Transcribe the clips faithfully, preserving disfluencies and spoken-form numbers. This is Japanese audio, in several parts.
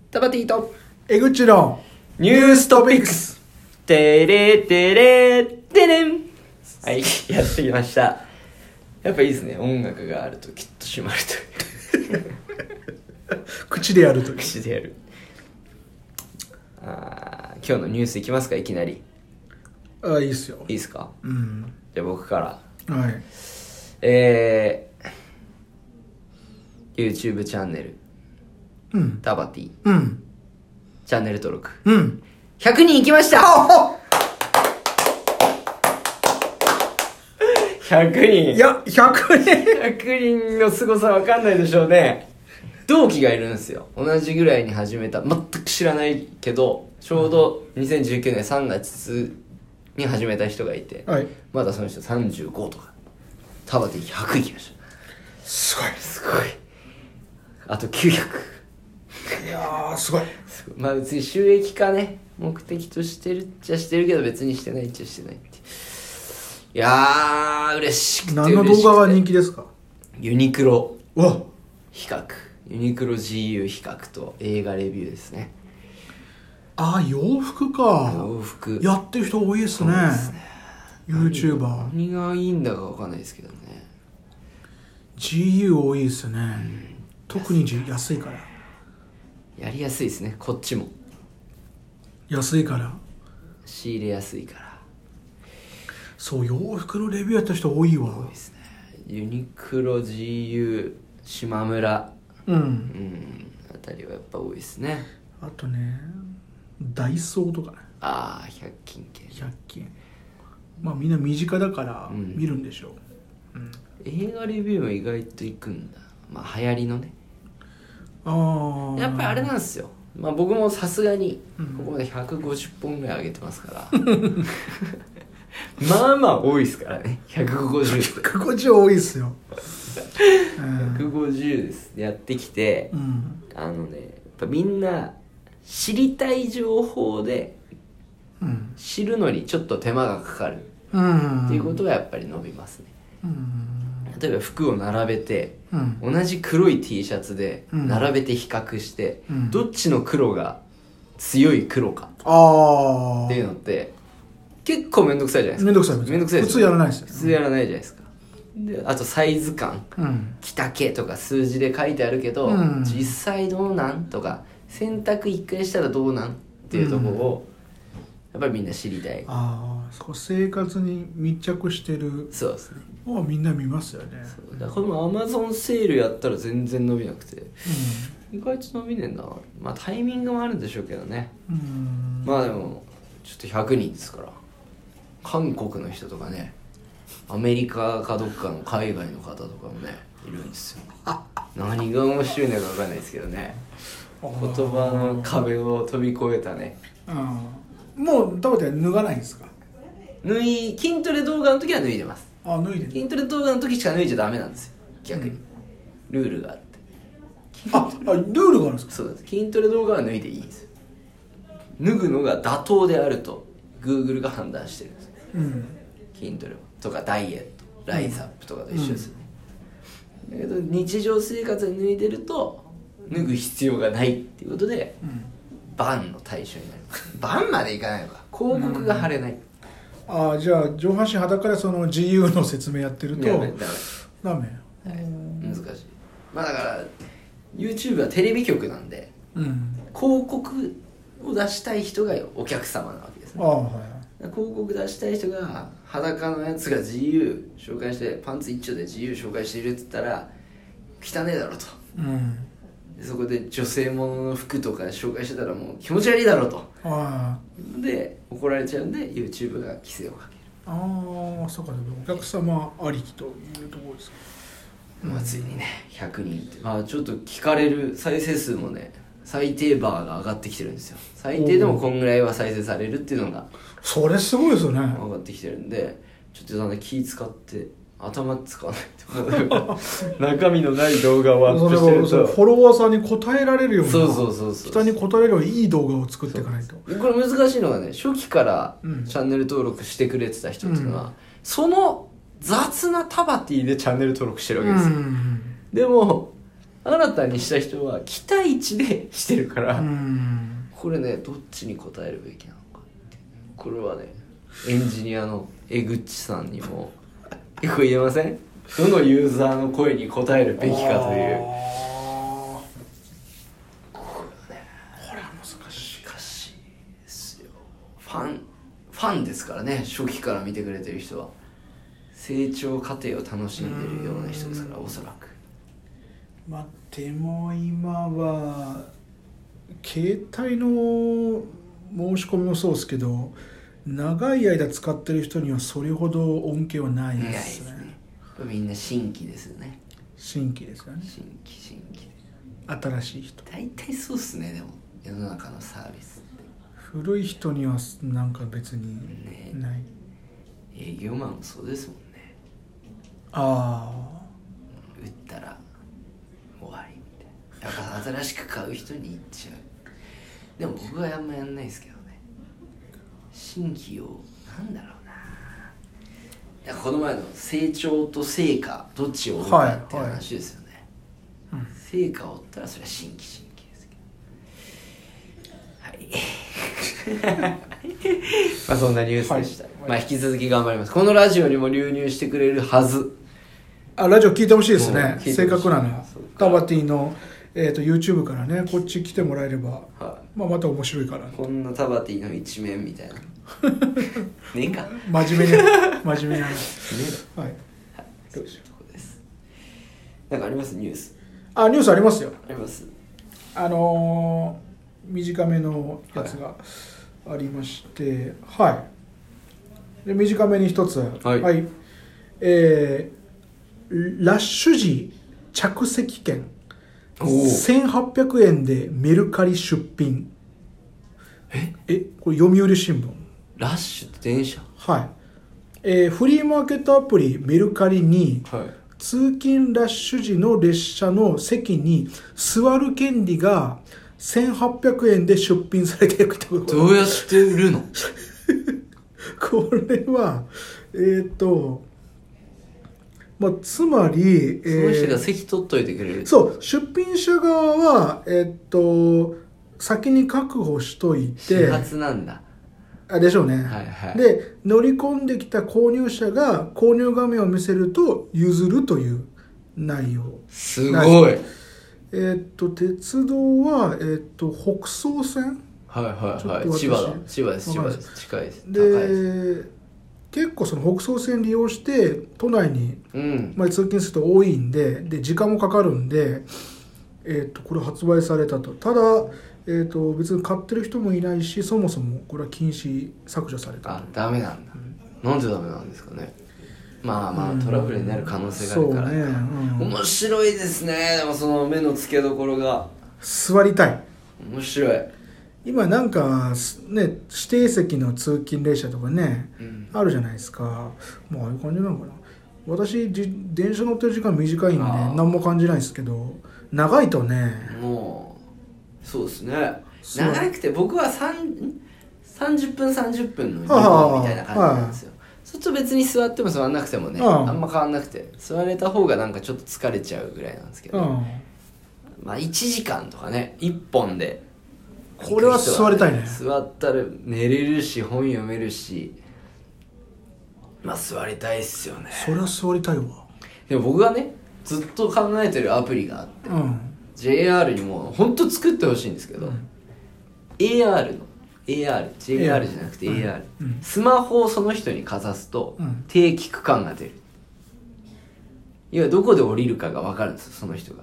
タバティと江口のニューストピックステレテレテレン。はい、やってきました。やっぱいいですね、音楽があるときっと締まるという口でやると口でやる。あ、今日のニュースいきますか。いきなり。 ああ、いいっすよ。 いいですか。 うん。 じゃあ僕からはい。 えー、YouTube チャンネルうんタバティうんチャンネル登録うんひゃくにんいきました。ひゃくにん。 いやひゃくにんひゃくにんの凄さわかんないでしょうね。同期がいるんですよ。同じぐらいに始めた、全く知らないけどちょうどにせんじゅうきゅうねんさんがつに始めた人がいて、 はい。 まだその人さんじゅうごとか。タバティひゃくいきました。 すごいすごい。あときゅうひゃく。 いやーすごい。 まあ別に収益化ね目的としてるっちゃしてるけど別にしてないっちゃしてないって。いやー嬉しくて何の動画が人気ですか？ ユニクロわ比較、ユニクロ ジーユー 比較と映画レビューですね。 ああ、洋服か。 洋服やってる人多いですね。 そうですね。 YouTuber 何がいいんだか分かんないですけどね。 ジーユー 多いですね、うん、特に安いから。 やりやすいですね。こっちも安いから仕入れやすいから。 そう、洋服のレビューやった人多いわ。 多いですね。ユニクロ ジーユー 島村うん、 うん、あたりはやっぱ多いですね。 あとねダイソーとかね。 ああ、ひゃく均系。 ひゃく均、まあみんな身近だから見るんでしょう、うんうん、 映画レビューも意外といくんだ。まあ流行りのね。 ああ、 やっぱりあれなんですよ。まあ僕もさすがにうんここまでひゃくごじゅっぽんぐらい上げてますからまあまあ多いですからね。ひゃくごじゅうひゃくごじゅう多いっすよひゃくごじゅうですやってきて、 うん、 あのねやっぱみんな知りたい情報で知るのにちょっと手間がかかるっていうことがやっぱり伸びますね、うん、例えば服を並べて、うん、同じ黒い T シャツで並べて比較して、うん、どっちの黒が強い黒かっていうのって結構めんどくさいじゃないですか。 めんどくさいめんどくさいです。 普通やらないですよ、ね、 普通やらないじゃないですか。であとサイズ感、うん、着丈とか数字で書いてあるけど、うん、実際どうなんとか選択一回したらどうなんっていうところを、うん、やっぱりみんな知りたい。 ああ、そう、生活に密着してる。 そうですね。 もうみんな見ますよね。 そうだからこのアマゾンセールやったら全然伸びなくて、うん、意外と伸びねえんだな。まあタイミングもあるんでしょうけどね。うん、まあでもちょっとひゃくにんですから、韓国の人とかね、アメリカかどっかの海外の方とかもねいるんですよ。何が面白いのか分かんないですけどね。言葉の壁を飛び越えたね。 うん、もう食べて脱がないんですか？ 脱い筋トレ動画の時は脱いでます。 あ、脱いでる。 筋トレ動画の時しか脱いじゃダメなんですよ。逆に、うん、ルールがあって。 あ、あ、ルールがあるんですか？ そうです。筋トレ動画は脱いでいいんですよ。脱ぐのが妥当であると Google が判断してるんですよ、うん、筋トレとかダイエット、ライズアップとかと一緒ですよね、うん、だけど日常生活で脱いでると脱ぐ必要がないっていうことで、うん、バンの対象になる。バンまでいかないのか、広告が貼れない、うん、 ああ、じゃあ上半身裸でその ジーユー の説明やってるとダメダメ、 はい、難しい。まあだから YouTube はテレビ局なんで、うん、広告を出したい人がお客様なわけですね。あ、はい、広告出したい人が裸のやつが ジーユー 紹介してパンツ一丁で ジーユー 紹介しているって言ったら汚ねえだろと、うん、そこで女性ものの服とか紹介してたらもう気持ち悪いだろうと、あで怒られちゃうんで YouTube が規制をかける。 ああ、そうか、お客様ありきというところですか。 まあついにねひゃくにんって、まあちょっと聞かれる再生数もね最低バーが上がってきてるんですよ。最低でもこんぐらいは再生されるっていうのがそれすごいですよね。 上がってきてるんで、ちょっとだんだん気使って頭使わないと中身のない動画をアップしてるとそれフォロワーさんに答えられるような、 そうそうそうそう、 人に答えられるようないい動画を作っていかないと。 これ難しいのがね、初期からチャンネル登録してくれてた人っていうのは、うん、その雑なタバティでチャンネル登録してるわけですよ、うん、でも新たにした人は期待値でしてるから、これねどっちに答えるべきなのかって、これはねエンジニアの江口さんにもよく言えません？どのユーザーの声に応えるべきかという。これはね、これは難しい難しいですよ。ファンファンですからね、初期から見てくれてる人は成長過程を楽しんでるような人ですから、おそらく。 まあでも今は携帯の申し込みもそうですけど、長い間使ってる人にはそれほど恩恵はないですね。 みんな新規ですよね。 新規ですよね。 新規新規新しい人。 大体そうっすね。でも世の中のサービスって古い人にはなんか別にない、ね、 営業マンもそうですもんね。 ああ、 売ったら終わりみたいな。やっぱ新しく買う人に行っちゃう。でも僕はあんまやんないですけどね。新規をなんだろうな、この前の成長と成果どっちを追うかっていう話ですよね、はいはい、成果を追ったらそれは新規新規ですけど、はいまあそんなニュースでした、はい、まあ引き続き頑張ります。このラジオにも流入してくれるはず。 あ、ラジオ聞いてほしいですね。正確なのタバティの、えー、と YouTube からねこっち来てもらえれば、はい、まあ、また面白いから、ね、 こんなタバティの一面みたいなねえか真面目な真面目なねはい、はい、どうしよう。ここです。なんかあります？ニュース。 あ、ニュースありますよ。 あります。 あのー、短めのやつがありまして、はい、はい、で短めに一つ、はい、はい、えー、ラッシュ時着席券せんはっぴゃくえんでメルカリ出品。 ええこれ読売新聞。 ラッシュって電車。 はい、えー、フリーマーケットアプリメルカリに、はい、通勤ラッシュ時の列車の席に座る権利がせんはっぴゃくえんで出品されている。 どうやって売るのこれはえっ、ー、とまあ、つまり、 その人が席取っといてくれる、 えー、そう出品者側は、えっ、ー、と先に確保しといて始発なんだあでしょうね、 はいはい、 で乗り込んできた購入者が購入画面を見せると譲るという内容。 すごい。 えー、っと鉄道は、えー、っと北総線、 はいはいはい、千葉だ千葉です千葉です近いです。 で高いです。結構その北総線利用して都内に、うんまあ、通勤する人多いんで、で時間もかかるんで、えー、っとこれ発売されたと。ただえー、と別に買ってる人もいないし、そもそもこれは禁止削除された。 あ、ダメなんだ、うん、なんでダメなんですかね。まあまあ、うん、トラブルになる可能性があるから、ね、うん、面白いですね。でもその目の付けどころが座りたい。 面白い。 今なんかね指定席の通勤列車とかね、うん、あるじゃないですか。まあああいう感じなのかな。私じ電車乗ってる時間短いんで何も感じないですけど、長いとねもうそうですね。長くて僕はさんじゅっぷんさんじゅっぷんのにほんみたいな感じなんですよ。そうすると別に座っても座んなくてもね、あんま変わんなくて、座れた方がなんかちょっと疲れちゃうぐらいなんですけど、まあいちじかんとかねいっぽんで、 これは座りたいね。 座ったら寝れるし本読めるし、まあ座りたいっすよね。 それは座りたいわ。 でも僕がねずっと考えてるアプリがあって、うん、ジェイアール にも本当作ってほしいんですけど、うん、エーアール の エーアール、ジェイアール じゃなくて エーアール、うん、スマホをその人にかざすと、うん、定期区間が出る。要はどこで降りるかが分かるんですよ、その人が。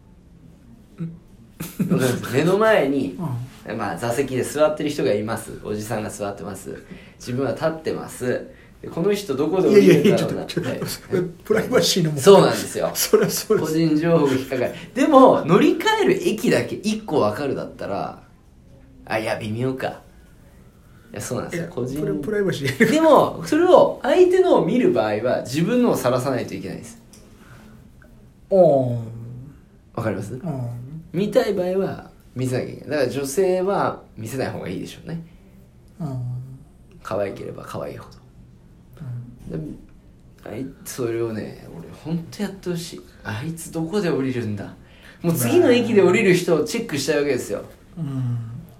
目の前に、うん、まあ、座席で座ってる人がいます。おじさんが座ってます。自分は立ってます。この人どこで降りるんだろうな。 プライバシーの問題。 そうなんですよ。 それはそうです。 個人情報が引っかかる。でも乗り換える駅だけいっこ分かるだったら、あ、いや微妙か。いやそうなんですよ。個人プライバシー。 でもそれを相手のを見る場合は自分のを晒さないといけないです。 おー。 わかります？見たい場合は見せなきゃいけない。だから女性は見せない方がいいでしょうね。可愛ければ可愛いほど。であいそれをね俺ほんとやってほしい。あいつどこで降りるんだ、 もう次の駅で降りる人をチェックしたいわけですよ、うん、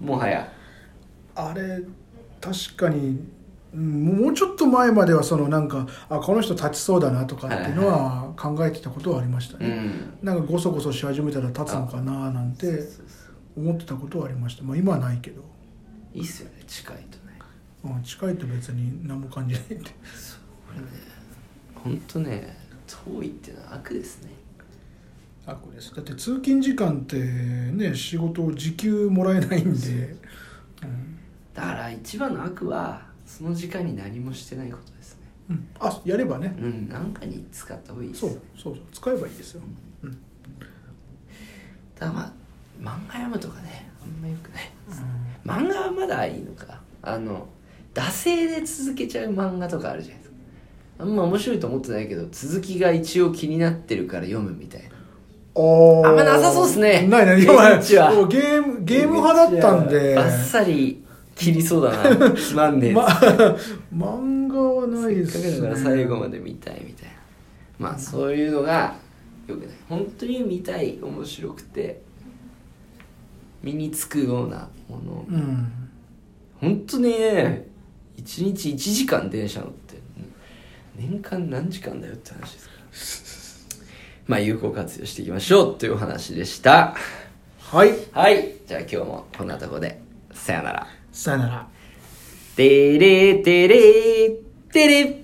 もはやあれ確かにもうちょっと前まではそのなんかあこの人立ちそうだなとかっていうのは考えてたことはありましたね、はいはい、なんかゴソゴソし始めたら立つのかななんて思ってたことはありました。まあ今はないけどいいっすよね近いとね、 うん、近いと別に何も感じないってそうこれね本当ね遠いっていうのは悪ですね。 悪です。だって通勤時間ってね仕事を時給もらえないんで、 うん、だから一番の悪はその時間に何もしてないことですね、 うん、あやればね、 うん、何かに使った方がいいですね。 そうそうそう使えばいいですよ、うん、 だからまあ漫画読むとかねあんまよくない、うん、漫画はまだいいのかあの惰性で続けちゃう漫画とかあるじゃないですか。あんま面白いと思ってないけど続きが一応気になってるから読むみたいなあんまなさそうですね。 ないない今はゲームゲーム派だったんでバッサリ切りそうだなつまんねえ、ま、 漫画はないですね。 せっかくだから最後まで見たいみたいなまあそういうのがよくない。本当に見たい面白くて身につくようなもの、うん、本当にねいちにちいちじかん電車乗って年間何時間だよって話ですからまあ有効活用していきましょうというお話でした。 はいはいじゃあ今日もこんなとこでさよならさよなら。 てれてれてれ